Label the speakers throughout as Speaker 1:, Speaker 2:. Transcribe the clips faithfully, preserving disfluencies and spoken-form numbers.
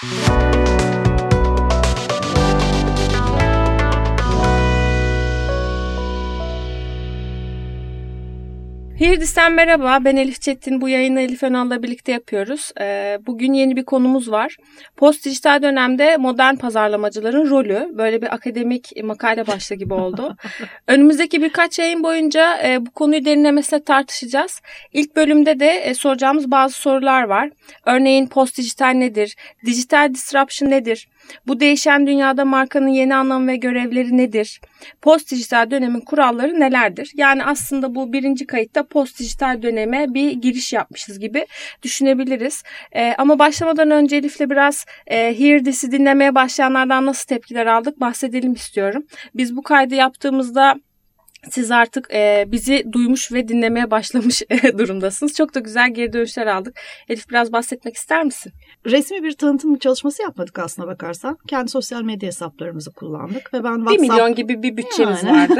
Speaker 1: Hirdis'ten merhaba, ben Elif Çetin. Bu yayını Elif Önal'la birlikte yapıyoruz. Bugün yeni bir konumuz var. Post dijital dönemde modern pazarlamacıların rolü. Böyle bir akademik makale başlığı gibi oldu. Önümüzdeki birkaç yayın boyunca bu konuyu derinlemesine tartışacağız. İlk bölümde de soracağımız bazı sorular var. Örneğin post dijital nedir? Dijital disruption nedir? Bu değişen dünyada markanın yeni anlamı ve görevleri nedir? Post dijital dönemin kuralları nelerdir? Yani aslında bu birinci kayıtta post dijital döneme bir giriş yapmışız gibi düşünebiliriz. Ee, ama başlamadan önce Elif'le biraz e, Hear This'i dinlemeye başlayanlardan nasıl tepkiler aldık bahsedelim istiyorum. Biz bu kaydı yaptığımızda siz artık e, bizi duymuş ve dinlemeye başlamış e, durumdasınız. Çok da güzel geri dönüşler aldık. Elif, biraz bahsetmek ister misin?
Speaker 2: Resmi bir tanıtım çalışması yapmadık aslına bakarsan. Kendi sosyal medya hesaplarımızı kullandık. Ve ben WhatsApp...
Speaker 1: Bir milyon gibi bir bütçemiz yani vardı.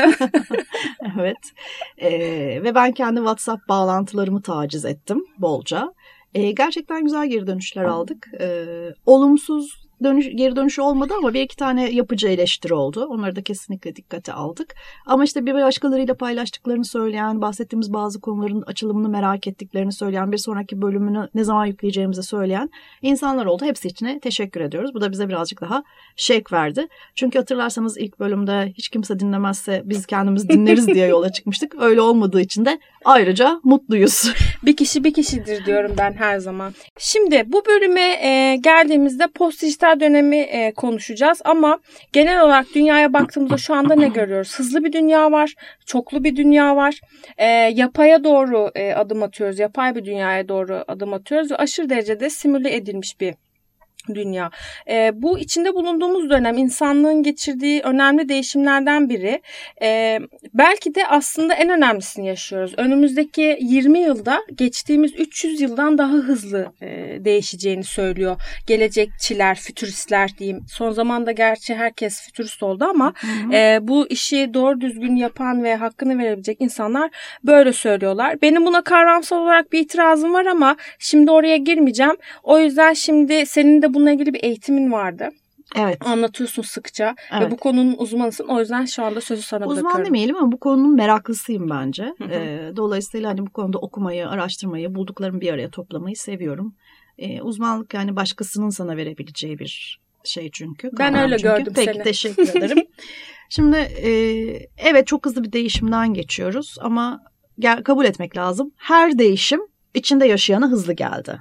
Speaker 2: Evet. E, ve ben kendi WhatsApp bağlantılarımı taciz ettim bolca. E, gerçekten güzel geri dönüşler aldık. E, olumsuz Dönüş, geri dönüşü olmadı ama bir iki tane yapıcı eleştiri oldu. Onları da kesinlikle dikkate aldık. Ama işte bir başkalarıyla paylaştıklarını söyleyen, bahsettiğimiz bazı konuların açılımını merak ettiklerini söyleyen, bir sonraki bölümünü ne zaman yükleyeceğimizi söyleyen insanlar oldu. Hepsi için teşekkür ediyoruz. Bu da bize birazcık daha şevk verdi. Çünkü hatırlarsanız ilk bölümde hiç kimse dinlemezse biz kendimiz dinleriz diye yola çıkmıştık. Öyle olmadığı için de ayrıca mutluyuz.
Speaker 1: Bir kişi bir kişidir diyorum ben her zaman. Şimdi bu bölüme e, geldiğimizde post dijital dönemi e, konuşacağız ama genel olarak dünyaya baktığımızda şu anda ne görüyoruz? Hızlı bir dünya var, çoklu bir dünya var. E, yapaya doğru e, adım atıyoruz, yapay bir dünyaya doğru adım atıyoruz ve aşırı derecede simüle edilmiş bir dünya. E, bu içinde bulunduğumuz dönem insanlığın geçirdiği önemli değişimlerden biri. E, belki de aslında en önemlisini yaşıyoruz. Önümüzdeki yirmi yılda geçtiğimiz üç yüz yıldan daha hızlı e, değişeceğini söylüyor gelecekçiler, fütüristler diyeyim. Son zamanda gerçi herkes fütürist oldu ama e, bu işi doğru düzgün yapan ve hakkını verebilecek insanlar böyle söylüyorlar. Benim buna kavramsal olarak bir itirazım var ama şimdi oraya girmeyeceğim. O yüzden şimdi senin de bununla ilgili bir eğitimin vardı.
Speaker 2: Evet.
Speaker 1: Anlatıyorsun sıkça
Speaker 2: evet.
Speaker 1: ve bu konunun uzmanısın. O yüzden şu anda sözü sana
Speaker 2: Uzman
Speaker 1: bırakıyorum.
Speaker 2: Uzman demeyelim ama bu konunun meraklısıyım bence. Hı hı. E, dolayısıyla hani bu konuda okumayı, araştırmayı, bulduklarımı bir araya toplamayı seviyorum. E, uzmanlık yani başkasının sana verebileceği bir şey çünkü.
Speaker 1: Ben öyle
Speaker 2: çünkü.
Speaker 1: gördüm
Speaker 2: Peki,
Speaker 1: seni.
Speaker 2: Peki teşekkür ederim. Şimdi e, evet çok hızlı bir değişimden geçiyoruz ama gel, kabul etmek lazım. Her değişim içinde yaşayana hızlı geldi.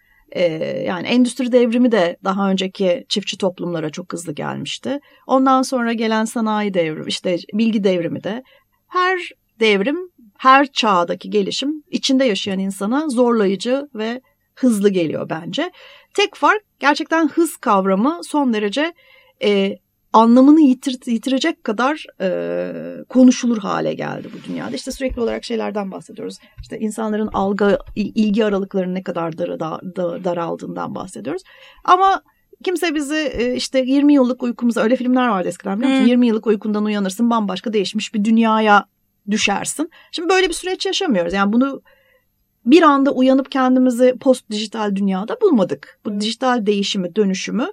Speaker 2: Yani endüstri devrimi de daha önceki çiftçi toplumlara çok hızlı gelmişti. Ondan sonra gelen sanayi devrimi, işte bilgi devrimi de her devrim, her çağdaki gelişim içinde yaşayan insana zorlayıcı ve hızlı geliyor bence. Tek fark gerçekten hız kavramı son derece e, anlamını yitir, yitirecek kadar e, konuşulur hale geldi bu dünyada. İşte sürekli olarak şeylerden bahsediyoruz. İşte insanların algı, ilgi aralıklarının ne kadar dar, dar, dar, daraldığından bahsediyoruz. Ama kimse bizi e, işte yirmi yıllık uykumuza, öyle filmler vardı eskiden biliyor musun? Hmm. yirmi yıllık uykundan uyanırsın, bambaşka değişmiş bir dünyaya düşersin. Şimdi böyle bir süreç yaşamıyoruz. Yani bunu bir anda uyanıp kendimizi post dijital dünyada bulmadık. Bu dijital değişimi, dönüşümü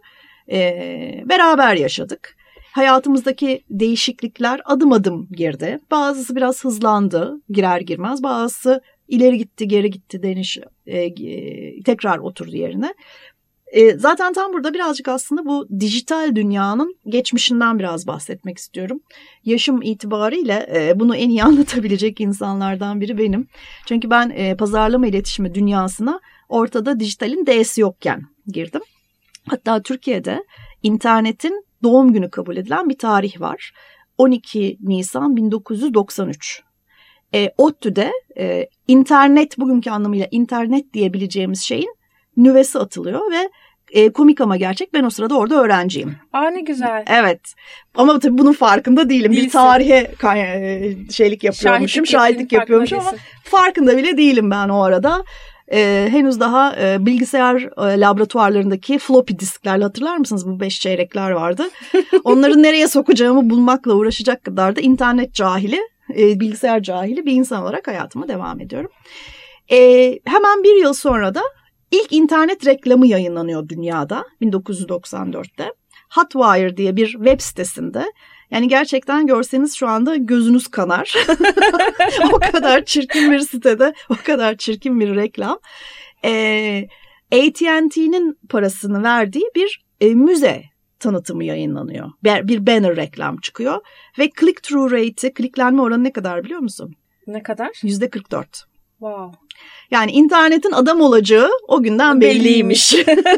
Speaker 2: Ee, beraber yaşadık. Hayatımızdaki değişiklikler adım adım girdi. Bazısı biraz hızlandı girer girmez. Bazısı ileri gitti geri gitti deniş e, e, tekrar oturdu yerine. E, zaten tam burada birazcık aslında bu dijital dünyanın geçmişinden biraz bahsetmek istiyorum. Yaşım itibariyle e, bunu en iyi anlatabilecek insanlardan biri benim. Çünkü ben e, pazarlama iletişimi dünyasına ortada dijitalin D'si yokken girdim. Hatta Türkiye'de internetin doğum günü kabul edilen bir tarih var. on iki Nisan bin dokuz yüz doksan üç. E, ODTÜ'de e, internet, bugünkü anlamıyla internet diyebileceğimiz şeyin nüvesi atılıyor ve e, komik ama gerçek, ben o sırada orada öğrenciyim.
Speaker 1: Aa, ne güzel.
Speaker 2: Evet ama tabii bunun farkında değilim. Değilsin. Bir tarihe şeylik yapıyormuşum, şahitlik, şahitlik yapıyormuşum ama farkında bile değilim ben o arada. Ee, henüz daha e, bilgisayar e, laboratuvarlarındaki floppy disklerle, hatırlar mısınız, bu beş çeyrekler vardı. Onları nereye sokacağımı bulmakla uğraşacak kadar da internet cahili, e, bilgisayar cahili bir insan olarak hayatıma devam ediyorum. E, hemen bir yıl sonra da İlk internet reklamı yayınlanıyor dünyada bin dokuz yüz doksan dörtte. Hotwire diye bir web sitesinde. Yani gerçekten görseniz şu anda gözünüz kanar. O kadar çirkin bir sitede, o kadar çirkin bir reklam. Ee, A T and T'nin parasını verdiği bir e, müze tanıtımı yayınlanıyor. Bir, bir banner reklam çıkıyor. Ve click-through rate'i, kliklenme oranı ne kadar biliyor musun?
Speaker 1: Ne kadar?
Speaker 2: yüzde kırk dört.
Speaker 1: Wow.
Speaker 2: Yani internetin adam olacağı o günden belliymiş.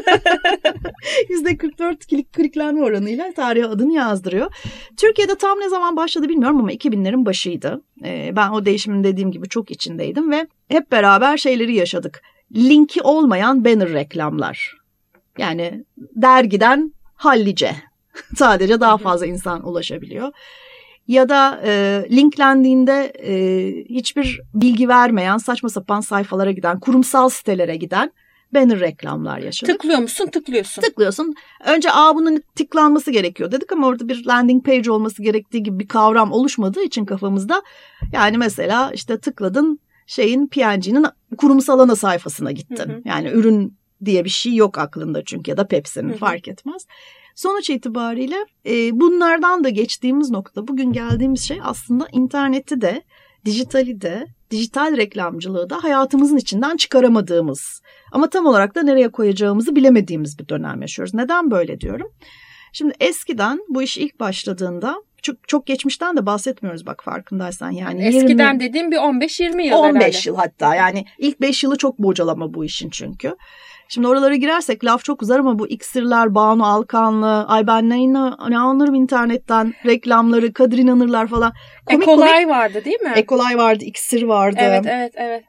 Speaker 2: yüzde kırk dört klik, kliklenme oranıyla tarihe adını yazdırıyor. Türkiye'de tam ne zaman başladı bilmiyorum ama iki binlerin başıydı. Ee, ben o değişimin dediğim gibi çok içindeydim ve hep beraber şeyleri yaşadık. Linki olmayan banner reklamlar. Yani dergiden hallice. Sadece daha fazla insan ulaşabiliyor. Ya da e, linklendiğinde e, hiçbir bilgi vermeyen saçma sapan sayfalara giden, kurumsal sitelere giden banner reklamlar yaşadık.
Speaker 1: Tıklıyor musun? Tıklıyorsun.
Speaker 2: Tıklıyorsun. Önce aa bunun tıklanması gerekiyor dedik ama orada bir landing page olması gerektiği gibi bir kavram oluşmadığı için kafamızda. Yani mesela işte tıkladın şeyin P and G'nin kurumsal ana sayfasına gittin. Hı hı. Yani ürün diye bir şey yok aklında çünkü ya da Pepsi'nin hı hı. fark etmez. Sonuç itibariyle e, bunlardan da geçtiğimiz nokta bugün geldiğimiz şey aslında interneti de, dijitali de, dijital reklamcılığı da hayatımızın içinden çıkaramadığımız ama tam olarak da nereye koyacağımızı bilemediğimiz bir dönem yaşıyoruz. Neden böyle diyorum? Şimdi eskiden bu iş ilk başladığında çok, çok geçmişten de bahsetmiyoruz bak farkındaysan. Yani
Speaker 1: eskiden yirmi, dediğim bir on beş yirmi yıl
Speaker 2: on beş
Speaker 1: herhalde.
Speaker 2: Yıl hatta yani ilk beş yılı çok bocalama bu işin çünkü. Şimdi oralara girersek laf çok uzar ama bu iksirler, Banu Alkanlı, ay ben ne, ne anlarım internetten reklamları, Kadir İnanırlar falan.
Speaker 1: Komik, Ekolay komik. Vardı değil mi?
Speaker 2: Ekolay vardı, iksir vardı.
Speaker 1: Evet, evet, evet.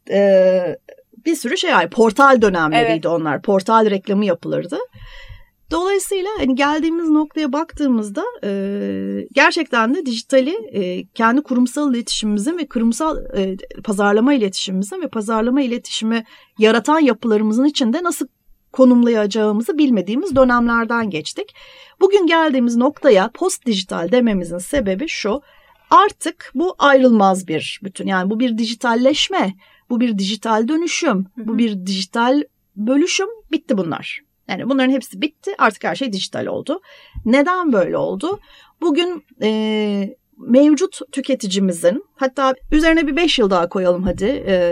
Speaker 2: Ee, bir sürü şey var. Portal dönemleriydi evet. onlar. Portal reklamı yapılırdı. Dolayısıyla hani geldiğimiz noktaya baktığımızda e, gerçekten de dijitali e, kendi kurumsal iletişimimizin ve kurumsal e, pazarlama iletişimimizin ve pazarlama iletişimi yaratan yapılarımızın içinde nasıl konumlayacağımızı bilmediğimiz dönemlerden geçtik. Bugün geldiğimiz noktaya post dijital dememizin sebebi şu: artık bu ayrılmaz bir bütün. Yani bu bir dijitalleşme, bu bir dijital dönüşüm, hı hı. bu bir dijital bölüşüm. Bitti bunlar. Yani bunların hepsi bitti. Artık her şey dijital oldu. Neden böyle oldu? Bugün e, mevcut tüketicimizin, hatta üzerine bir beş yıl daha koyalım hadi.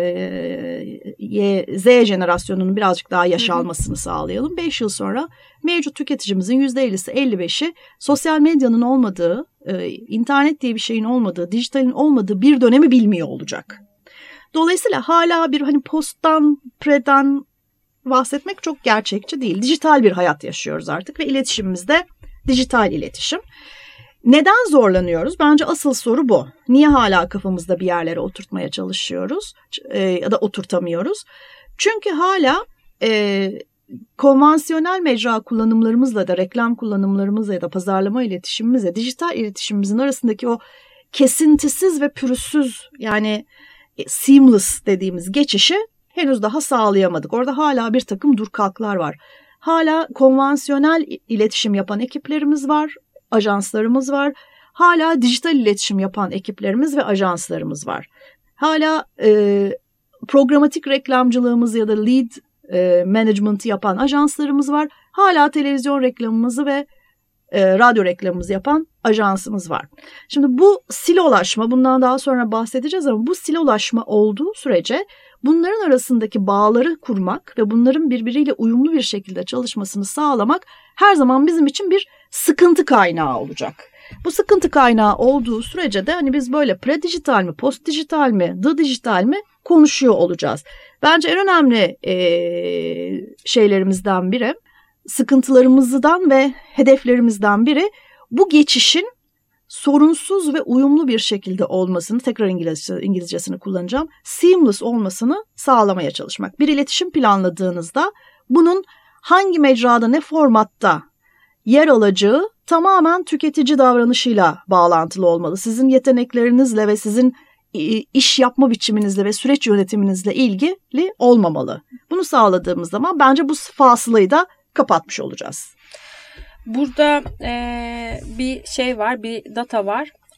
Speaker 2: E, Z jenerasyonunun birazcık daha yaş almasını sağlayalım. beş yıl sonra mevcut tüketicimizin yüzde ellisi elli beşi sosyal medyanın olmadığı, e, internet diye bir şeyin olmadığı, dijitalin olmadığı bir dönemi bilmiyor olacak. Dolayısıyla hala bir hani posttan, preden bahsetmek çok gerçekçi değil. Dijital bir hayat yaşıyoruz artık ve iletişimimiz de dijital iletişim. Neden zorlanıyoruz? Bence asıl soru bu. Niye hala kafamızda bir yerlere oturtmaya çalışıyoruz e, ya da oturtamıyoruz? Çünkü hala e, konvansiyonel mecra kullanımlarımızla da reklam kullanımlarımızla ya da pazarlama iletişimimizle dijital iletişimimizin arasındaki o kesintisiz ve pürüzsüz yani e, seamless dediğimiz geçişi henüz daha sağlayamadık. Orada hala bir takım durkalklar var. Hala konvansiyonel iletişim yapan ekiplerimiz var, ajanslarımız var. Hala dijital iletişim yapan ekiplerimiz ve ajanslarımız var. Hala e, programatik reklamcılığımızı ya da lead e, management'ı yapan ajanslarımız var. Hala televizyon reklamımızı ve e, radyo reklamımızı yapan ajansımız var. Şimdi bu silolaşma, bundan daha sonra bahsedeceğiz ama bu silolaşma olduğu sürece bunların arasındaki bağları kurmak ve bunların birbiriyle uyumlu bir şekilde çalışmasını sağlamak her zaman bizim için bir sıkıntı kaynağı olacak. Bu sıkıntı kaynağı olduğu sürece de hani biz böyle pre-dijital mi, post-dijital mi, the-dijital mi konuşuyor olacağız. Bence en önemli e, şeylerimizden biri, sıkıntılarımızdan ve hedeflerimizden biri bu geçişin sorunsuz ve uyumlu bir şekilde olmasını, tekrar İngilizce, İngilizcesini kullanacağım, seamless olmasını sağlamaya çalışmak. Bir iletişim planladığınızda bunun hangi mecrada, ne formatta yer alacağı tamamen tüketici davranışıyla bağlantılı olmalı. Sizin yeteneklerinizle ve sizin iş yapma biçiminizle ve süreç yönetiminizle ilgili olmamalı. Bunu sağladığımız zaman bence bu fasılayı da kapatmış olacağız.
Speaker 1: Burada e, bir şey var, bir data var.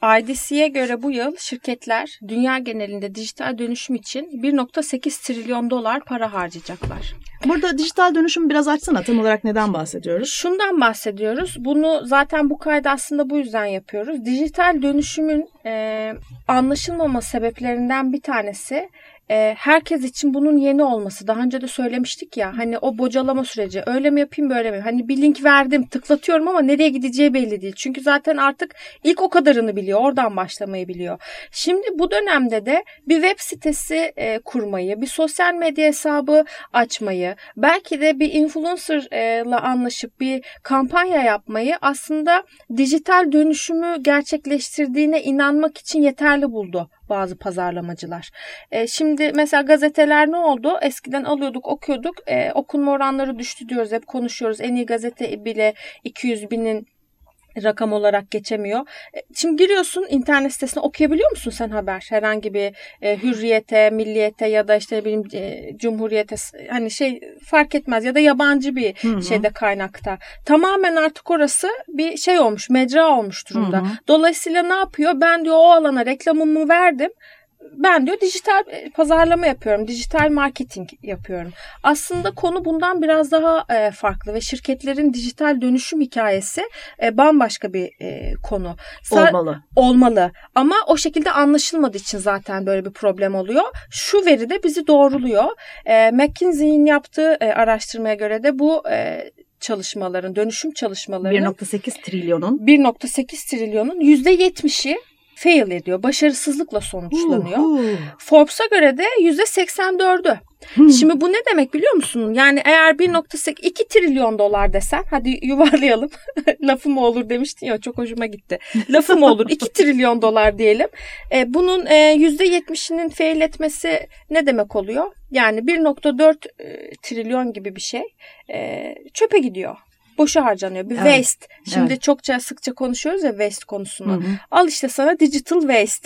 Speaker 1: I D C'ye göre bu yıl şirketler dünya genelinde dijital dönüşüm için bir virgül sekiz trilyon dolar para harcayacaklar.
Speaker 2: Burada dijital dönüşüm biraz açsana, tam olarak neden bahsediyoruz?
Speaker 1: Şundan bahsediyoruz. Bunu zaten bu kaydı aslında bu yüzden yapıyoruz. Dijital dönüşümün e, anlaşılmama sebeplerinden bir tanesi e, herkes için bunun yeni olması. Daha önce de söylemiştik ya, hani o bocalama süreci. Öyle mi yapayım, böyle mi? Hani bir link verdim, tıklatıyorum ama nereye gideceği belli değil. Çünkü zaten artık ilk o kadarını biliyor. Oradan başlamayı biliyor. Şimdi bu dönemde de bir web sitesi e, kurmayı, bir sosyal medya hesabı açmayı, belki de bir influencer'la anlaşıp bir kampanya yapmayı aslında dijital dönüşümü gerçekleştirdiğine inanmak için yeterli buldu bazı pazarlamacılar. E, şimdi mesela gazeteler ne oldu? Eskiden alıyorduk, okuyorduk. E, okunma oranları düştü diyoruz, hep konuşuyoruz. En iyi gazete bile iki yüz binin rakam olarak geçemiyor. Şimdi giriyorsun internet sitesine, okuyabiliyor musun sen haber? Herhangi bir e, Hürriyete, Milliyete ya da işte benim e, Cumhuriyete, hani şey fark etmez, ya da yabancı bir hı hı. şeyde, kaynakta. Tamamen artık orası bir şey olmuş, mecra olmuş durumda. Hı hı. Dolayısıyla ne yapıyor? Ben diyor o alana reklamımı verdim. Ben diyor dijital pazarlama yapıyorum, dijital marketing yapıyorum. Aslında konu bundan biraz daha e, farklı ve şirketlerin dijital dönüşüm hikayesi e, bambaşka bir e, konu.
Speaker 2: Sa- olmalı.
Speaker 1: Olmalı ama o şekilde anlaşılmadığı için zaten böyle bir problem oluyor. Şu veri de bizi doğruluyor. E, McKinsey'in yaptığı e, araştırmaya göre de bu e, çalışmaların, dönüşüm çalışmalarının
Speaker 2: bir virgül sekiz trilyonun
Speaker 1: bir virgül sekiz trilyonun yüzde yetmişi fail ediyor. Başarısızlıkla sonuçlanıyor. Uh, uh. Forbes'a göre de yüzde seksen dördü. Hmm. Şimdi bu ne demek biliyor musun? Yani eğer bir virgül iki trilyon dolar desen, hadi yuvarlayalım. Lafı mı olur demiştin ya, çok hoşuma gitti. Lafı mı olur? iki trilyon dolar diyelim. E, bunun e, yüzde yetmişinin fail etmesi ne demek oluyor? Yani bir virgül dört trilyon gibi bir şey e, çöpe gidiyor. Boşa harcanıyor. Bir evet. waste. Şimdi evet. çokça sıkça konuşuyoruz ya waste konusunu. Hı hı. Al işte sana digital waste.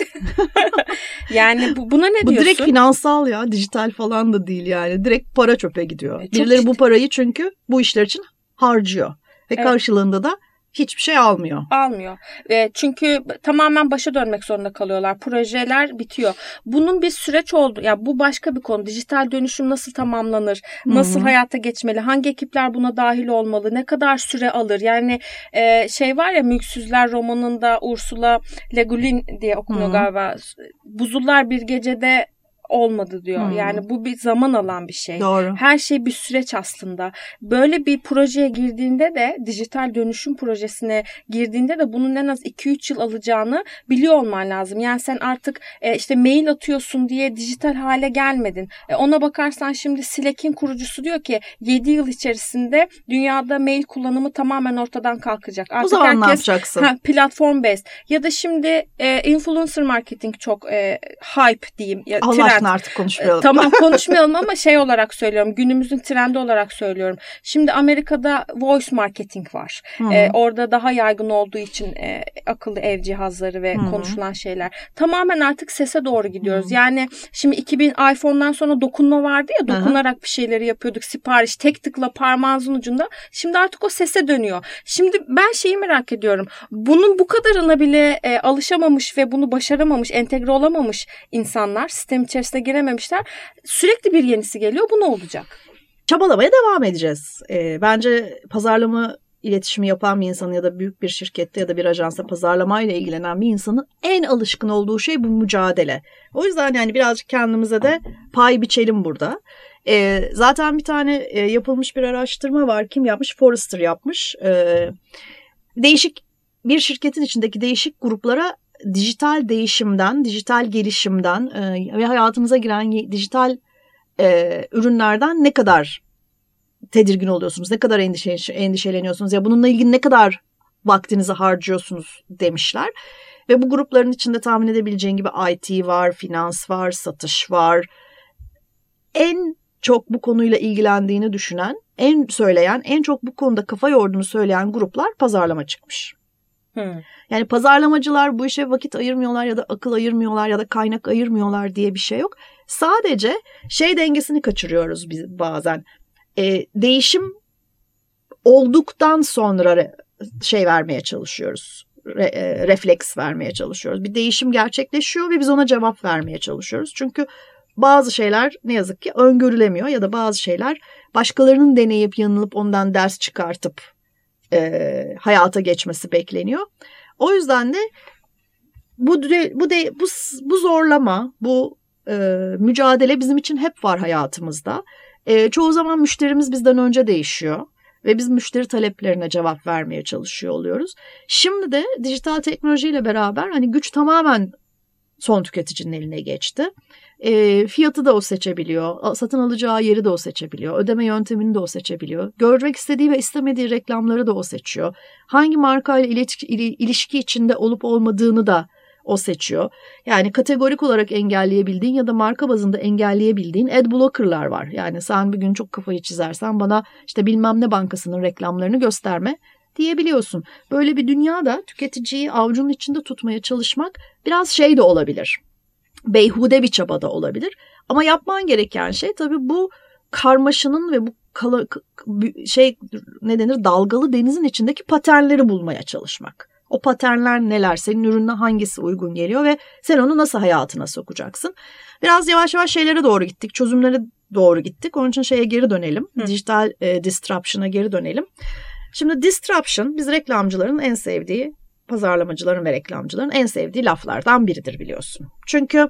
Speaker 1: Yani bu, buna ne
Speaker 2: bu
Speaker 1: diyorsun?
Speaker 2: Bu direkt finansal ya. Dijital falan da değil yani. Direkt para çöpe gidiyor. E, Birileri işte. bu parayı çünkü bu işler için harcıyor. Ve evet. karşılığında da hiçbir şey almıyor.
Speaker 1: Almıyor. E, çünkü tamamen başa dönmek zorunda kalıyorlar. Projeler bitiyor. Bunun bir süreç oldu. Ya bu başka bir konu. Dijital dönüşüm nasıl tamamlanır? Nasıl Hı-hı. hayata geçmeli? Hangi ekipler buna dahil olmalı? Ne kadar süre alır? Yani e, şey var ya, Mülksüzler romanında Ursula Le Guin diye okunuyor Hı-hı. galiba. Buzullar bir gecede olmadı diyor. Hmm. Yani bu bir zaman alan bir şey.
Speaker 2: Doğru.
Speaker 1: Her şey bir süreç aslında. Böyle bir projeye girdiğinde de, dijital dönüşüm projesine girdiğinde de bunun en az iki üç yıl alacağını biliyor olman lazım. Yani sen artık e, işte mail atıyorsun diye dijital hale gelmedin. E, ona bakarsan şimdi Slack'in kurucusu diyor ki yedi yıl içerisinde dünyada mail kullanımı tamamen ortadan kalkacak. Artık
Speaker 2: o zaman herkes, ne yapacaksın?
Speaker 1: Ha, platform based. Ya da şimdi e, influencer marketing çok e, hype diyeyim. Ya,
Speaker 2: Allah artık konuşmayalım.
Speaker 1: Tamam konuşmayalım ama şey olarak söylüyorum. Günümüzün trendi olarak söylüyorum. Şimdi Amerika'da voice marketing var. Ee, orada daha yaygın olduğu için e, akıllı ev cihazları ve Hı-hı. konuşulan şeyler. Tamamen artık sese doğru gidiyoruz. Hı-hı. Yani şimdi iki bin iPhone'dan sonra dokunma vardı ya. Dokunarak Hı-hı. bir şeyleri yapıyorduk. Sipariş tek tıkla parmağınızın ucunda. Şimdi artık o sese dönüyor. Şimdi ben şeyi merak ediyorum. Bunun bu kadarına bile e, alışamamış ve bunu başaramamış, entegre olamamış insanlar, sistem içerisinde girememişler. Sürekli bir yenisi geliyor. Bu ne olacak?
Speaker 2: Çabalamaya devam edeceğiz. E, bence pazarlama iletişimi yapan bir insanın ya da büyük bir şirkette ya da bir ajansta pazarlamayla ilgilenen bir insanın en alışkın olduğu şey bu mücadele. O yüzden yani birazcık kendimize de pay biçelim burada. E, zaten bir tane e, yapılmış bir araştırma var. Kim yapmış? Forrester yapmış. E, değişik bir şirketin içindeki değişik gruplara dijital değişimden, dijital gelişimden e, ve hayatımıza giren dijital e, ürünlerden ne kadar tedirgin oluyorsunuz, ne kadar endişe, endişeleniyorsunuz ya bununla ilgili ne kadar vaktinizi harcıyorsunuz demişler. Ve bu grupların içinde tahmin edebileceğin gibi I T var, finans var, satış var. En çok bu konuyla ilgilendiğini düşünen, en söyleyen, en çok bu konuda kafa yorduğunu söyleyen gruplar pazarlama çıkmış. Hmm. Yani pazarlamacılar bu işe vakit ayırmıyorlar ya da akıl ayırmıyorlar ya da kaynak ayırmıyorlar diye bir şey yok. Sadece şey dengesini kaçırıyoruz biz bazen. Ee, değişim olduktan sonra şey vermeye çalışıyoruz. re- refleks vermeye çalışıyoruz. Bir değişim gerçekleşiyor ve biz ona cevap vermeye çalışıyoruz. Çünkü bazı şeyler ne yazık ki öngörülemiyor ya da bazı şeyler başkalarının deneyip yanılıp ondan ders çıkartıp e, hayata geçmesi bekleniyor. O yüzden de bu de, bu de, bu bu zorlama, bu e, mücadele bizim için hep var hayatımızda. E, çoğu zaman müşterimiz bizden önce değişiyor ve biz müşteri taleplerine cevap vermeye çalışıyor oluyoruz. Şimdi de dijital teknolojiyle beraber hani güç tamamen son tüketicinin eline geçti. E, fiyatı da o seçebiliyor, satın alacağı yeri de o seçebiliyor, ödeme yöntemini de o seçebiliyor, görmek istediği ve istemediği reklamları da o seçiyor. Hangi markayla ilişki, ilişki içinde olup olmadığını da o seçiyor. Yani kategorik olarak engelleyebildiğin ya da marka bazında engelleyebildiğin ad blocker'lar var. Yani sen bir gün çok kafayı çizersen bana işte bilmem ne bankasının reklamlarını gösterme diyebiliyorsun. Böyle bir dünyada tüketiciyi avucunun içinde tutmaya çalışmak biraz şey de olabilir. Beyhude bir çaba da olabilir. Ama yapman gereken şey tabii bu karmaşanın ve bu kala, şey ne denir dalgalı denizin içindeki paternleri bulmaya çalışmak. O paternler neler, senin ürününe hangisi uygun geliyor ve sen onu nasıl hayatına sokacaksın? Biraz yavaş yavaş şeylere doğru gittik, çözümlere doğru gittik. Onun için şeye geri dönelim, Hı. dijital e, disruption'a geri dönelim. Şimdi disruption biz reklamcıların en sevdiği, pazarlamacıların ve reklamcıların en sevdiği laflardan biridir biliyorsun. Çünkü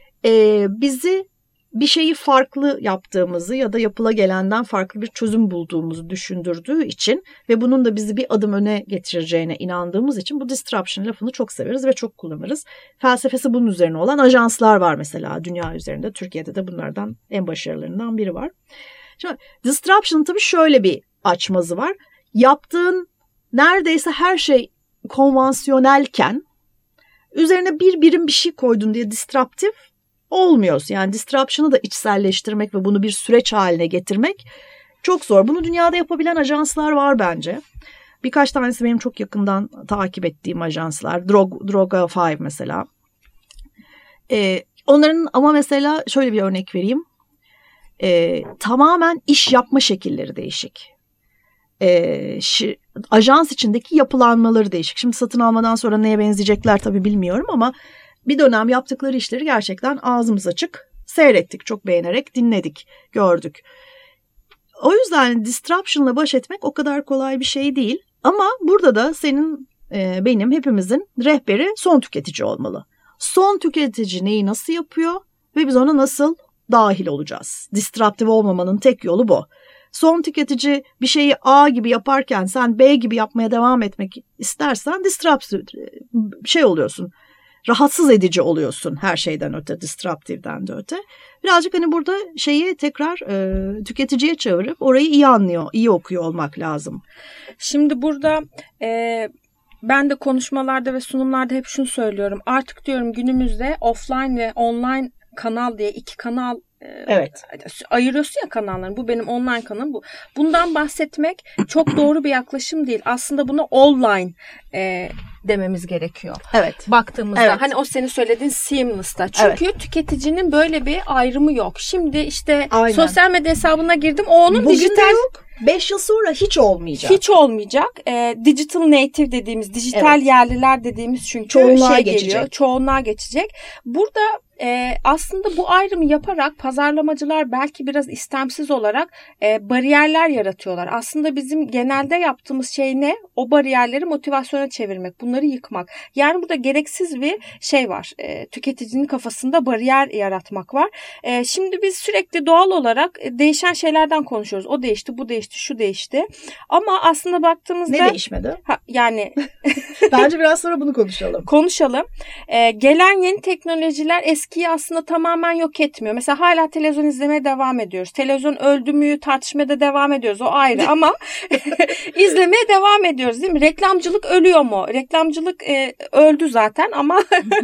Speaker 2: e, bizi bir şeyi farklı yaptığımızı ya da yapılagelenden farklı bir çözüm bulduğumuzu düşündürdüğü için ve bunun da bizi bir adım öne getireceğine inandığımız için bu disruption lafını çok severiz ve çok kullanırız. Felsefesi bunun üzerine olan ajanslar var mesela dünya üzerinde. Türkiye'de de bunlardan en başarılarından biri var. Şimdi disruption'ın tabii şöyle bir açmazı var. Yaptığın neredeyse her şey konvansiyonelken üzerine bir birim bir şey koydun diye disruptif olmuyorsun. Yani disruption'ı da içselleştirmek ve bunu bir süreç haline getirmek çok zor. Bunu dünyada yapabilen ajanslar var bence. Birkaç tanesi benim çok yakından takip ettiğim ajanslar. Drog, Droga Five mesela. Ee, onların ama mesela şöyle bir örnek vereyim. Ee, tamamen iş yapma şekilleri değişik. Ee, şi, ajans içindeki yapılanmaları değişik. Şimdi satın almadan sonra neye benzeyecekler tabii bilmiyorum ama bir dönem yaptıkları işleri gerçekten ağzımız açık seyrettik, çok beğenerek dinledik, gördük. O yüzden disruption'la baş etmek o kadar kolay bir şey değil. Ama burada da senin, e, benim, hepimizin rehberi son tüketici olmalı. Son tüketici neyi nasıl yapıyor ve biz ona nasıl dahil olacağız? Disruptive olmamanın tek yolu bu. Son tüketici bir şeyi A gibi yaparken sen B gibi yapmaya devam etmek istersen disruptive şey oluyorsun. Rahatsız edici oluyorsun her şeyden öte, disruptive'den de öte. Birazcık hani burada şeyi tekrar e, tüketiciye çevirip orayı iyi anlıyor, iyi okuyor olmak lazım.
Speaker 1: Şimdi burada e, ben de konuşmalarda ve sunumlarda hep şunu söylüyorum. Artık diyorum günümüzde offline ve online kanal diye iki kanal
Speaker 2: evet.
Speaker 1: ayırıyorsun ya kanalları. Bu benim online kanalım bu. Bundan bahsetmek çok doğru bir yaklaşım değil. Aslında bunu online e, dememiz gerekiyor.
Speaker 2: Evet.
Speaker 1: Baktığımızda
Speaker 2: evet.
Speaker 1: hani o senin söylediğin seamless'ta. Çünkü evet. tüketicinin böyle bir ayrımı yok. Şimdi işte Aynen. sosyal medya hesabına girdim. O onun
Speaker 2: Bugün
Speaker 1: dijital
Speaker 2: yok. beş yıl sonra hiç olmayacak.
Speaker 1: Hiç olmayacak. E, digital native dediğimiz, dijital evet. yerliler dediğimiz çünkü
Speaker 2: çoğunluğa
Speaker 1: şey
Speaker 2: geçecek.
Speaker 1: Geliyor, çoğunluğa geçecek. Burada e, aslında bu ayrımı yaparak pazarlamacılar belki biraz istemsiz olarak e, bariyerler yaratıyorlar. Aslında bizim genelde yaptığımız şey ne? O bariyerleri motivasyona çevirmek, bunları yıkmak. Yani burada gereksiz bir şey var. E, tüketicinin kafasında bariyer yaratmak var. E, şimdi biz sürekli doğal olarak değişen şeylerden konuşuyoruz. O değişti, bu değişti, şu değişti. Ama aslında baktığımızda...
Speaker 2: Ne değişmedi?
Speaker 1: Ha, yani...
Speaker 2: Bence biraz sonra bunu konuşalım.
Speaker 1: Konuşalım. Ee, gelen yeni teknolojiler eskiyi aslında tamamen yok etmiyor. Mesela hala televizyon izlemeye devam ediyoruz. Televizyon öldü mü tartışmaya da devam ediyoruz. O ayrı ama izlemeye devam ediyoruz değil mi? Reklamcılık ölüyor mu? Reklamcılık e, öldü zaten ama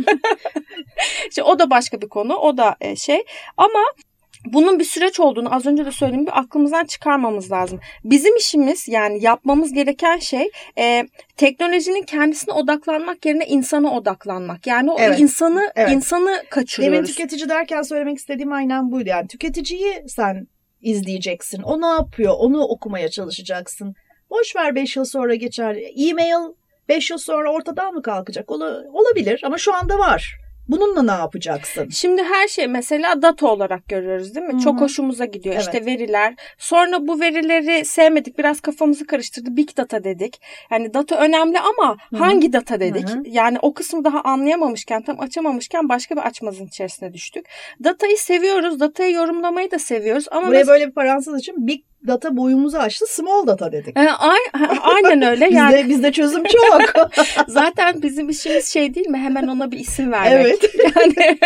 Speaker 1: işte o da başka bir konu. O da e, şey ama bunun bir süreç olduğunu az önce de söylediğim gibi aklımızdan çıkarmamız lazım. Bizim işimiz yani yapmamız gereken şey e, teknolojinin kendisine odaklanmak yerine insana odaklanmak. Yani o evet, insanı evet. insanı kaçırıyoruz.
Speaker 2: Demin tüketici derken söylemek istediğim aynen buydu. Yani tüketiciyi sen izleyeceksin. O ne yapıyor? Onu okumaya çalışacaksın. Boş ver beş yıl sonra geçer. E-mail beş yıl sonra ortadan mı kalkacak? Ola, olabilir ama şu anda var. Bununla ne yapacaksın?
Speaker 1: Şimdi her şey mesela data olarak görüyoruz değil mi? Hı-hı. Çok hoşumuza gidiyor. Evet. İşte veriler. Sonra bu verileri sevmedik. Biraz kafamızı karıştırdı. Big data dedik. Yani data önemli ama Hı-hı. hangi data dedik? Hı-hı. Yani o kısmı daha anlayamamışken, tam açamamışken başka bir açmazın içerisine düştük. Datayı seviyoruz. Datayı yorumlamayı da seviyoruz. Ama
Speaker 2: buraya mes- böyle bir parantez için big data boyumuzu açtı. Small data dedik.
Speaker 1: E, aynen öyle. Yani.
Speaker 2: bizde, bizde çözüm çok.
Speaker 1: Zaten bizim işimiz şey değil mi? Hemen ona bir isim vermek.
Speaker 2: Evet.
Speaker 1: Yani.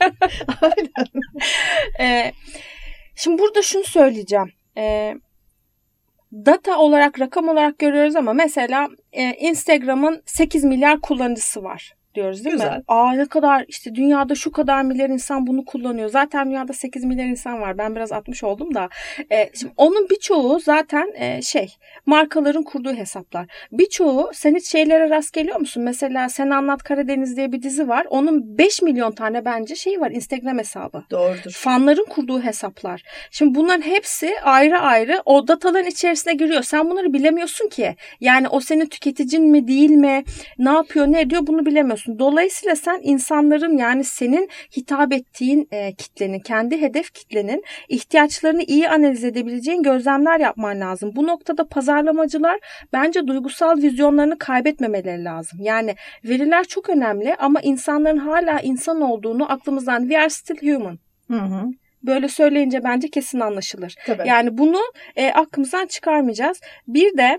Speaker 1: Aynen. E, şimdi burada şunu söyleyeceğim. E, data olarak, rakam olarak görüyoruz ama mesela e, Instagram'ın sekiz milyar kullanıcısı var diyoruz değil
Speaker 2: Güzel.
Speaker 1: mi? Aa ne kadar işte dünyada şu kadar milyar insan bunu kullanıyor. Zaten dünyada sekiz milyar insan var. Ben biraz altmış oldum da. E, şimdi onun birçoğu zaten e, şey markaların kurduğu hesaplar. Birçoğu sen hiç şeylere rast geliyor musun? Mesela Sen Anlat Karadeniz diye bir dizi var. Onun beş milyon tane bence şeyi var, Instagram hesabı.
Speaker 2: Doğrudur.
Speaker 1: Fanların kurduğu hesaplar. Şimdi bunların hepsi ayrı ayrı o dataların içerisine giriyor. Sen bunları bilemiyorsun ki. Yani o senin tüketicin mi değil mi? Ne yapıyor, ne ediyor bunu bilemiyorsun. Dolayısıyla sen insanların yani senin hitap ettiğin e, kitlenin, kendi hedef kitlenin ihtiyaçlarını iyi analiz edebileceğin gözlemler yapman lazım. Bu noktada pazarlamacılar bence duygusal vizyonlarını kaybetmemeleri lazım. Yani veriler çok önemli ama insanların hala insan olduğunu aklımızdan we are still human.
Speaker 2: Hı hı.
Speaker 1: Böyle söyleyince bence kesin anlaşılır.
Speaker 2: Tabii.
Speaker 1: Yani bunu e, aklımızdan çıkarmayacağız. Bir de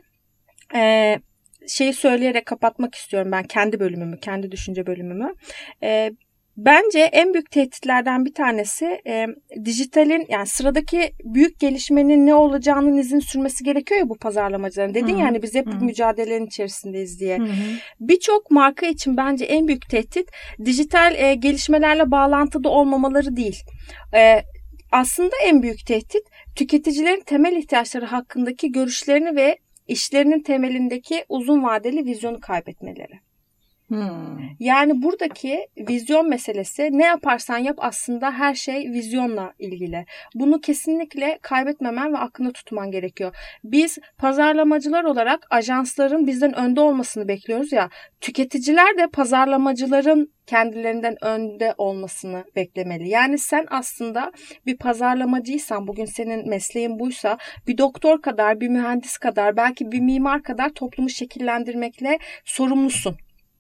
Speaker 1: e, şeyi söyleyerek kapatmak istiyorum ben kendi bölümümü, kendi düşünce bölümümü. E, bence en büyük tehditlerden bir tanesi e, dijitalin yani sıradaki büyük gelişmenin ne olacağının izin sürmesi gerekiyor ya bu pazarlamacıların. Dedin Hı-hı. yani biz hep Hı-hı. bu mücadelenin içerisindeyiz diye. Birçok marka için bence en büyük tehdit dijital e, gelişmelerle bağlantıda olmamaları değil. E, aslında en büyük tehdit tüketicilerin temel ihtiyaçları hakkındaki görüşlerini ve işlerinin temelindeki uzun vadeli vizyonu kaybetmeleri.
Speaker 2: Hmm.
Speaker 1: Yani buradaki vizyon meselesi ne yaparsan yap aslında her şey vizyonla ilgili. Bunu kesinlikle kaybetmemen ve aklında tutman gerekiyor. Biz pazarlamacılar olarak ajansların bizden önde olmasını bekliyoruz ya. Tüketiciler de pazarlamacıların kendilerinden önde olmasını beklemeli. Yani sen aslında bir pazarlamacıysan, bugün senin mesleğin buysa bir doktor kadar, bir mühendis kadar, belki bir mimar kadar toplumu şekillendirmekle sorumlusun.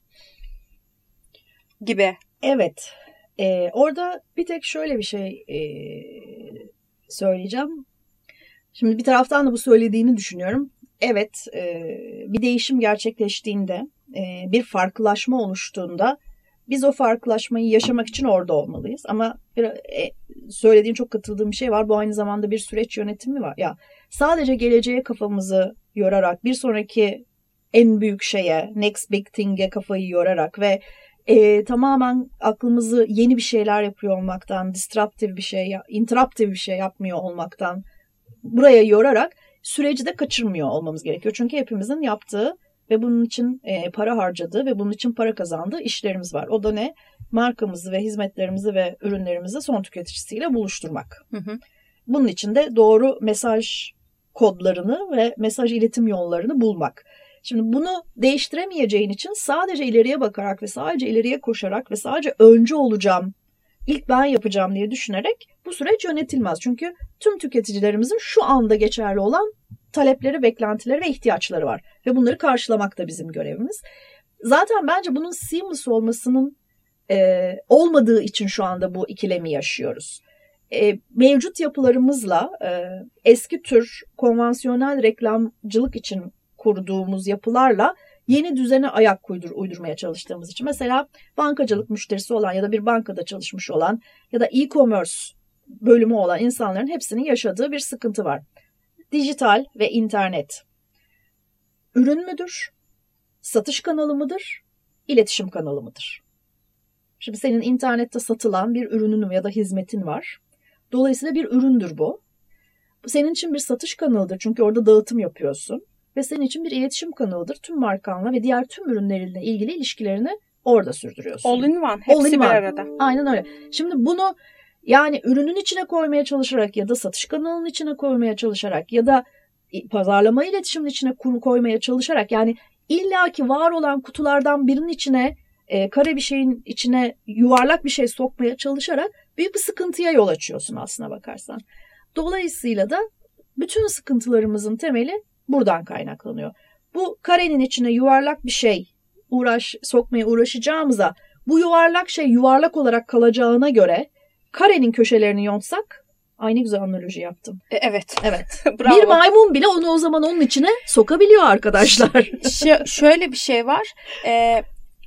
Speaker 1: Gibi.
Speaker 2: Evet. Ee, orada bir tek şöyle bir şey e, söyleyeceğim. Şimdi bir taraftan da bu söylediğini düşünüyorum. Evet, e, bir değişim gerçekleştiğinde, e, bir farklılaşma oluştuğunda biz o farklılaşmayı yaşamak için orada olmalıyız. Ama bir, e, söylediğin çok katıldığım bir şey var. Bu aynı zamanda bir süreç yönetimi var. Ya sadece geleceğe kafamızı yorarak, bir sonraki en büyük şeye, next big thing'e kafayı yorarak ve E, tamamen aklımızı yeni bir şeyler yapıyor olmaktan, disruptive bir şey, interruptive bir şey yapmıyor olmaktan buraya yorarak süreci de kaçırmıyor olmamız gerekiyor. Çünkü hepimizin yaptığı ve bunun için e, para harcadığı ve bunun için para kazandığı işlerimiz var. O da ne? Markamızı ve hizmetlerimizi ve ürünlerimizi son tüketicisiyle buluşturmak.
Speaker 1: Hı hı.
Speaker 2: Bunun için de doğru mesaj kodlarını ve mesaj iletim yollarını bulmak. Şimdi bunu değiştiremeyeceğin için sadece ileriye bakarak ve sadece ileriye koşarak ve sadece öncü olacağım, ilk ben yapacağım diye düşünerek bu süreç yönetilmez. Çünkü tüm tüketicilerimizin şu anda geçerli olan talepleri, beklentileri ve ihtiyaçları var. Ve bunları karşılamak da bizim görevimiz. Zaten bence bunun seamless olmasının e, olmadığı için şu anda bu ikilemi yaşıyoruz. E, mevcut yapılarımızla e, eski tür konvansiyonel reklamcılık için kurduğumuz yapılarla yeni düzene ayak uydur, uydurmaya çalıştığımız için. Mesela bankacılık müşterisi olan ya da bir bankada çalışmış olan ya da e-commerce bölümü olan insanların hepsinin yaşadığı bir sıkıntı var. Dijital ve internet ürün müdür? Satış kanalı mıdır? İletişim kanalı mıdır? Şimdi senin internette satılan bir ürünün ya da hizmetin var. Dolayısıyla bir üründür bu. Bu senin için bir satış kanalıdır çünkü orada dağıtım yapıyorsun. Ve senin için bir iletişim kanalıdır. Tüm markanla ve diğer tüm ürünlerinle ilgili ilişkilerini orada sürdürüyorsun.
Speaker 1: All in one. Hepsi All in bir one. Arada.
Speaker 2: Aynen öyle. Şimdi bunu yani ürünün içine koymaya çalışarak ya da satış kanalının içine koymaya çalışarak ya da pazarlama iletişimin içine koymaya çalışarak yani illaki var olan kutulardan birinin içine e, kare bir şeyin içine yuvarlak bir şey sokmaya çalışarak büyük bir sıkıntıya yol açıyorsun aslına bakarsan. Dolayısıyla da bütün sıkıntılarımızın temeli buradan kaynaklanıyor. Bu karenin içine yuvarlak bir şey uğraş sokmaya uğraşacağımıza bu yuvarlak şey yuvarlak olarak kalacağına göre karenin köşelerini yontsak, aynı güzel analoji yaptım.
Speaker 1: E, evet.
Speaker 2: Evet. Bir maymun bile onu o zaman onun içine sokabiliyor arkadaşlar.
Speaker 1: Ş- şöyle bir şey var. Ee,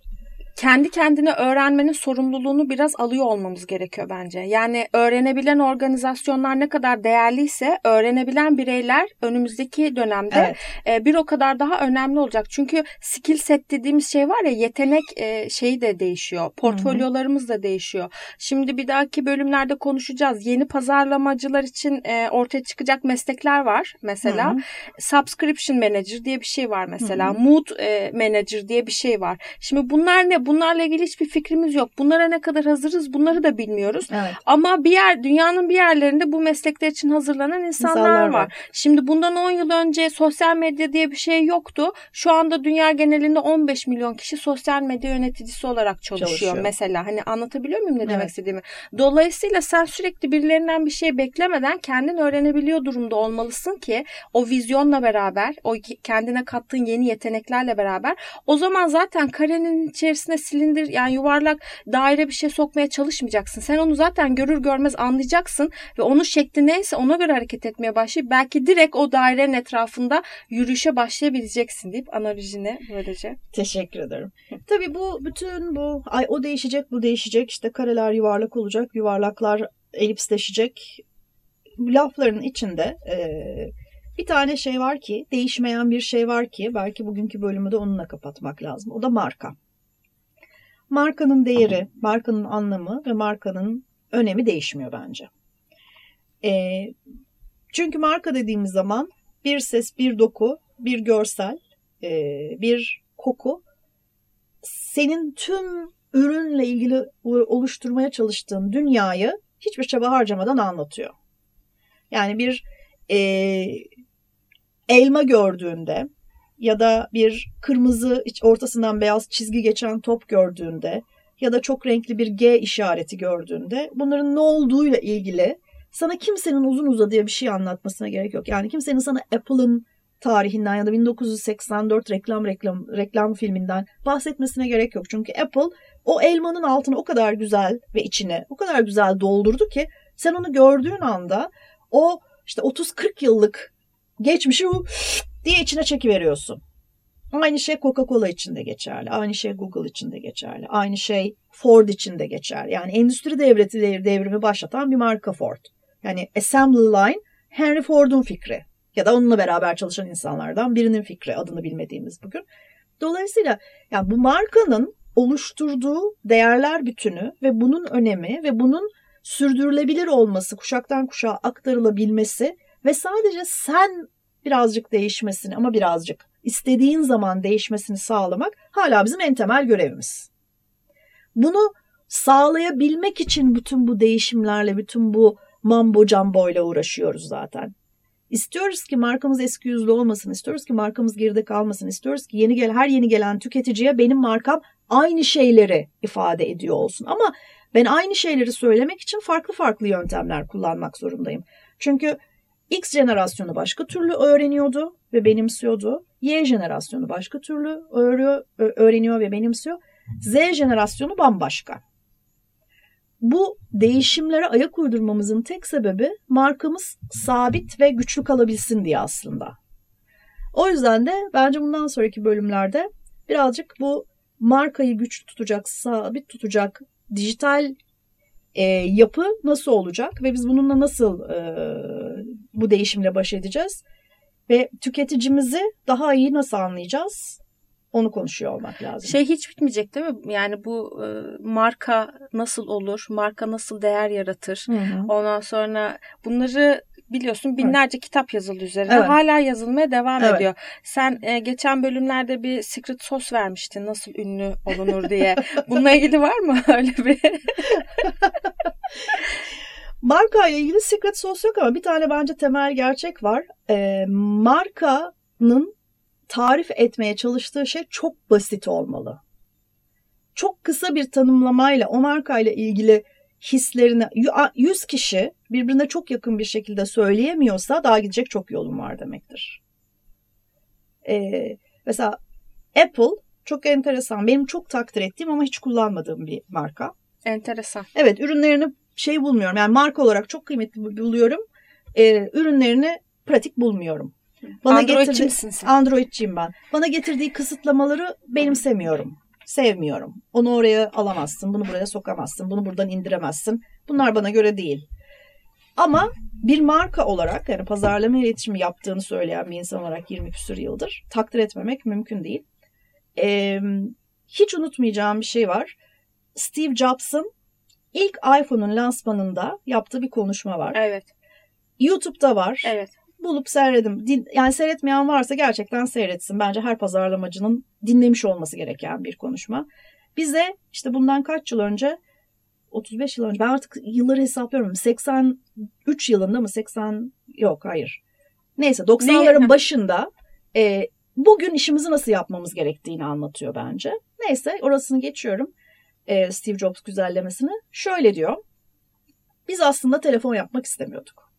Speaker 1: kendi kendine öğrenmenin sorumluluğunu biraz alıyor olmamız gerekiyor bence. Yani öğrenebilen organizasyonlar ne kadar değerliyse öğrenebilen bireyler önümüzdeki dönemde evet. e, bir o kadar daha önemli olacak. Çünkü skill set dediğimiz şey var ya, yetenek e, şeyi de değişiyor. Portfolyolarımız da değişiyor. Şimdi bir dahaki bölümlerde konuşacağız. Yeni pazarlamacılar için e, ortaya çıkacak meslekler var. Mesela Hı-hı. subscription manager diye bir şey var mesela. Hı-hı. Mood e, manager diye bir şey var. Şimdi bunlar ne? Bunlarla ilgili hiçbir fikrimiz yok. Bunlara ne kadar hazırız bunları da bilmiyoruz. Evet. Ama bir yer, dünyanın bir yerlerinde bu meslekler için hazırlanan insanlar, insanlar var. var. Şimdi bundan on yıl önce sosyal medya diye bir şey yoktu. Şu anda dünya genelinde on beş milyon kişi sosyal medya yöneticisi olarak çalışıyor, çalışıyor. Mesela. Hani anlatabiliyor muyum ne evet. demek istediğimi? Dolayısıyla sen sürekli birilerinden bir şey beklemeden kendin öğrenebiliyor durumda olmalısın ki o vizyonla beraber, o kendine kattığın yeni yeteneklerle beraber o zaman zaten karenin içerisine silindir yani yuvarlak daire bir şey sokmaya çalışmayacaksın. Sen onu zaten görür görmez anlayacaksın ve onun şekli neyse ona göre hareket etmeye başlayıp belki direkt o dairenin etrafında yürüyüşe başlayabileceksin deyip analojine böylece.
Speaker 2: Teşekkür ederim. Tabii bu bütün bu ay o değişecek bu değişecek işte kareler yuvarlak olacak yuvarlaklar elipsleşecek lafların içinde eee bir tane şey var ki değişmeyen bir şey var ki belki bugünkü bölümü de onunla kapatmak lazım. O da marka. Markanın değeri, markanın anlamı ve markanın önemi değişmiyor bence. E, çünkü marka dediğimiz zaman bir ses, bir doku, bir görsel, e, bir koku senin tüm ürünle ilgili oluşturmaya çalıştığın dünyayı hiçbir çaba harcamadan anlatıyor. Yani bir e, elma gördüğünde ya da bir kırmızı ortasından beyaz çizgi geçen top gördüğünde ya da çok renkli bir G işareti gördüğünde bunların ne olduğuyla ilgili sana kimsenin uzun uzadıya bir şey anlatmasına gerek yok. Yani kimsenin sana Apple'ın tarihinden ya da bin dokuz yüz seksen dört reklam reklam reklam filminden bahsetmesine gerek yok. Çünkü Apple o elmanın altını o kadar güzel ve içine o kadar güzel doldurdu ki sen onu gördüğün anda o işte otuz kırk yıllık geçmişi diye içine çekiveriyorsun. Aynı şey Coca-Cola için de geçerli. Aynı şey Google için de geçerli. Aynı şey Ford için de geçerli. Yani endüstri devreti devrimi başlatan bir marka Ford. Yani assembly line Henry Ford'un fikri. Ya da onunla beraber çalışan insanlardan birinin fikri. Adını bilmediğimiz bugün. Dolayısıyla yani bu markanın oluşturduğu değerler bütünü ve bunun önemi ve bunun sürdürülebilir olması, kuşaktan kuşağa aktarılabilmesi ve sadece sen birazcık değişmesini ama birazcık istediğin zaman değişmesini sağlamak hala bizim en temel görevimiz. Bunu sağlayabilmek için bütün bu değişimlerle, bütün bu mambo camboyla uğraşıyoruz zaten. İstiyoruz ki markamız eski yüzlü olmasın, istiyoruz ki markamız geride kalmasın, istiyoruz ki yeni gel her yeni gelen tüketiciye benim markam aynı şeyleri ifade ediyor olsun. Ama ben aynı şeyleri söylemek için farklı farklı yöntemler kullanmak zorundayım. Çünkü X jenerasyonu başka türlü öğreniyordu ve benimsiyordu. Y jenerasyonu başka türlü öğreniyor, öğreniyor ve benimsiyor. Z jenerasyonu bambaşka. Bu değişimlere ayak uydurmamızın tek sebebi markamız sabit ve güçlü kalabilsin diye aslında. O yüzden de bence bundan sonraki bölümlerde birazcık bu markayı güçlü tutacak, sabit tutacak dijital e, yapı nasıl olacak ve biz bununla nasıl e, bu değişimle baş edeceğiz ve tüketicimizi daha iyi nasıl anlayacağız? Onu konuşuyor olmak lazım.
Speaker 1: Şey hiç bitmeyecek değil mi? Yani bu e, marka nasıl olur? Marka nasıl değer yaratır? Hı hı. Ondan sonra bunları biliyorsun binlerce evet. kitap yazıldı üzerine. Evet. Hala yazılmaya devam evet. ediyor. Sen e, geçen bölümlerde bir secret sauce vermiştin. Nasıl ünlü olunur diye. Bununla ilgili var mı öyle bir?
Speaker 2: Marka ile ilgili secret sauce yok ama bir tane bence temel gerçek var. E, markanın tarif etmeye çalıştığı şey çok basit olmalı. Çok kısa bir tanımlamayla o markayla ilgili hislerini yüz kişi birbirine çok yakın bir şekilde söyleyemiyorsa daha gidecek çok yolun var demektir. Ee, mesela Apple çok enteresan. Benim çok takdir ettiğim ama hiç kullanmadığım bir marka.
Speaker 1: Enteresan.
Speaker 2: Evet, ürünlerini şey bulmuyorum. Yani marka olarak çok kıymetli buluyorum. Ee, ürünlerini pratik bulmuyorum.
Speaker 1: Bana Androidçi misin sen?
Speaker 2: Androidçiyim ben. Bana getirdiği kısıtlamaları benimsemiyorum. Sevmiyorum. Onu oraya alamazsın, bunu buraya sokamazsın, bunu buradan indiremezsin. Bunlar bana göre değil. Ama bir marka olarak, yani pazarlama iletişimi yaptığını söyleyen bir insan olarak yirmi küsur yıldır takdir etmemek mümkün değil. Ee, hiç unutmayacağım bir şey var. Steve Jobs'ın ilk iPhone'un lansmanında yaptığı bir konuşma var.
Speaker 1: Evet.
Speaker 2: YouTube'da var.
Speaker 1: Evet.
Speaker 2: Bulup seyredim. Din, yani seyretmeyen varsa gerçekten seyretsin. Bence her pazarlamacının dinlemiş olması gereken bir konuşma. Bize işte bundan kaç yıl önce, otuz beş yıl önce, ben artık yılları hesaplıyorum. seksen üç yılında mı? seksen yok hayır. Neyse doksanların ne? başında e, bugün işimizi nasıl yapmamız gerektiğini anlatıyor bence. Neyse orasını geçiyorum. E, Steve Jobs güzellemesini. Şöyle diyor. Biz aslında telefon yapmak istemiyorduk.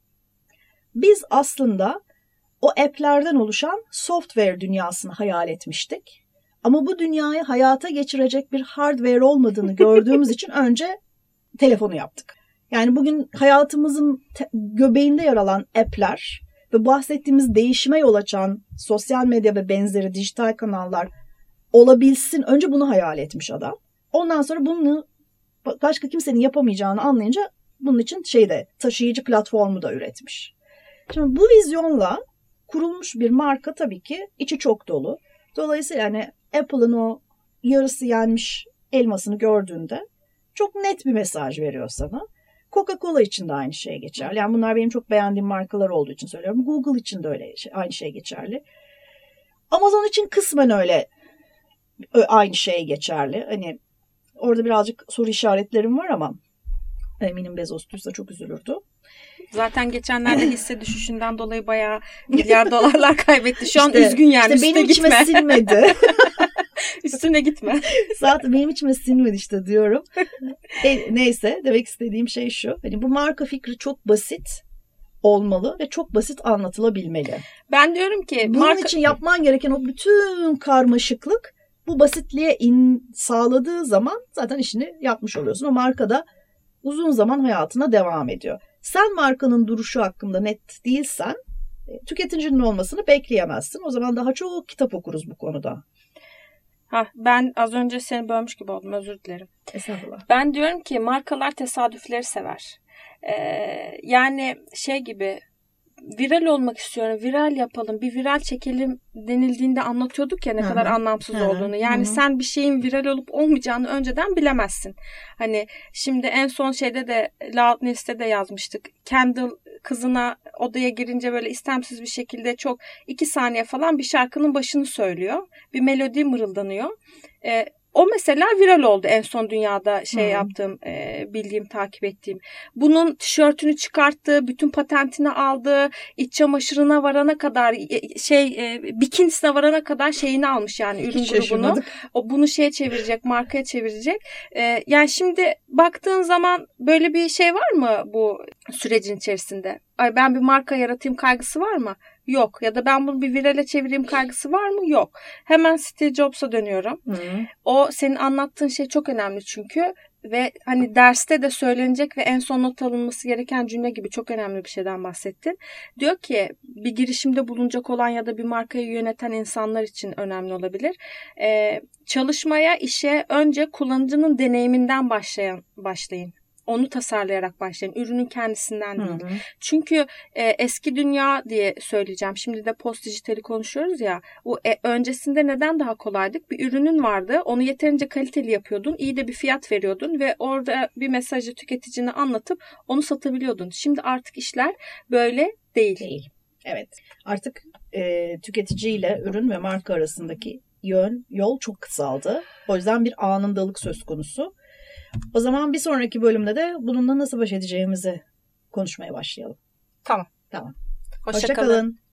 Speaker 2: Biz aslında o app'lerden oluşan software dünyasını hayal etmiştik. Ama bu dünyayı hayata geçirecek bir hardware olmadığını gördüğümüz için önce telefonu yaptık. Yani bugün hayatımızın te- göbeğinde yer alan app'ler ve bahsettiğimiz değişime yol açan sosyal medya ve benzeri dijital kanallar olabilsin. Önce bunu hayal etmiş adam. Ondan sonra bunu başka kimsenin yapamayacağını anlayınca bunun için şeyde taşıyıcı platformu da üretmiş. Şimdi bu vizyonla kurulmuş bir marka tabii ki içi çok dolu. Dolayısıyla yani Apple'ın o yarısı yenmiş elmasını gördüğünde çok net bir mesaj veriyor sana. Coca-Cola için de aynı şey geçerli. Yani bunlar benim çok beğendiğim markalar olduğu için söylüyorum. Google için de öyle aynı şey geçerli. Amazon için kısmen öyle aynı şey geçerli. Hani orada birazcık soru işaretlerim var ama eminim Bezos duysa çok üzülürdü.
Speaker 1: Zaten geçenlerde hisse düşüşünden dolayı bayağı milyar dolarlar kaybetti. Şu an işte, üzgün yani.
Speaker 2: İşte benim içime
Speaker 1: gitme.
Speaker 2: sinmedi.
Speaker 1: Üstüne gitme.
Speaker 2: Zaten benim içime sinmedi işte diyorum. E, neyse demek istediğim şey şu. Hani bu marka fikri çok basit olmalı ve çok basit anlatılabilmeli.
Speaker 1: Ben diyorum ki
Speaker 2: bunun marka... için yapman gereken o bütün karmaşıklık bu basitliğe in, sağladığı zaman zaten işini yapmış oluyorsun. O marka da uzun zaman hayatına devam ediyor. Sen markanın duruşu hakkında net değilsen tüketicinin olmasını bekleyemezsin. O zaman daha çok kitap okuruz bu konuda.
Speaker 1: Ha, ben az önce seni bölmüş gibi oldum, özür dilerim.
Speaker 2: Estağfurullah.
Speaker 1: Ben diyorum ki markalar tesadüfleri sever. Ee, yani şey gibi viral olmak istiyorum, viral yapalım, bir viral çekelim denildiğinde anlatıyorduk ya ne Hı-hı. kadar anlamsız Hı-hı. olduğunu. Yani Hı-hı. sen bir şeyin viral olup olmayacağını önceden bilemezsin. Hani şimdi en son şeyde de Loud News'te de yazmıştık. Kendall kızına odaya girince böyle istemsiz bir şekilde çok iki saniye falan bir şarkının başını söylüyor. Bir melodi mırıldanıyor. Ee, O mesela viral oldu en son dünyada şey hmm. yaptığım, e, bildiğim, takip ettiğim. Bunun tişörtünü çıkarttı, bütün patentini aldı, iç çamaşırına varana kadar, şey e, bikinisine varana kadar şeyini almış yani ürün Hiç grubunu. O bunu şeye çevirecek, markaya çevirecek. E, yani şimdi baktığın zaman böyle bir şey var mı bu sürecin içerisinde? Ay ben bir marka yaratayım kaygısı var mı? Yok. Ya da ben bunu bir virale çevireyim kaygısı var mı? Yok. Hemen Steve Jobs'a dönüyorum. Hı. O senin anlattığın şey çok önemli çünkü ve hani derste de söylenecek ve en son not alınması gereken cümle gibi çok önemli bir şeyden bahsettin. Diyor ki bir girişimde bulunacak olan ya da bir markayı yöneten insanlar için önemli olabilir. Ee, çalışmaya, işe önce kullanıcının deneyiminden başlayan başlayın. Onu tasarlayarak başlayın. Ürünün kendisinden değil. Hı hı. Çünkü e, eski dünya diye söyleyeceğim. Şimdi de post dijitali konuşuyoruz ya. O e, öncesinde neden daha kolaydık? Bir ürünün vardı. Onu yeterince kaliteli yapıyordun. İyi de bir fiyat veriyordun ve orada bir mesajı tüketicine anlatıp onu satabiliyordun. Şimdi artık işler böyle değil.
Speaker 2: Değil. Evet. Artık e, tüketiciyle ürün ve marka arasındaki yön, yol çok kısaldı. O yüzden bir anındalık söz konusu. O zaman bir sonraki bölümde de bununla nasıl baş edeceğimizi konuşmaya başlayalım.
Speaker 1: Tamam.
Speaker 2: Tamam.
Speaker 1: Hoşça, Hoşça kalın. kalın.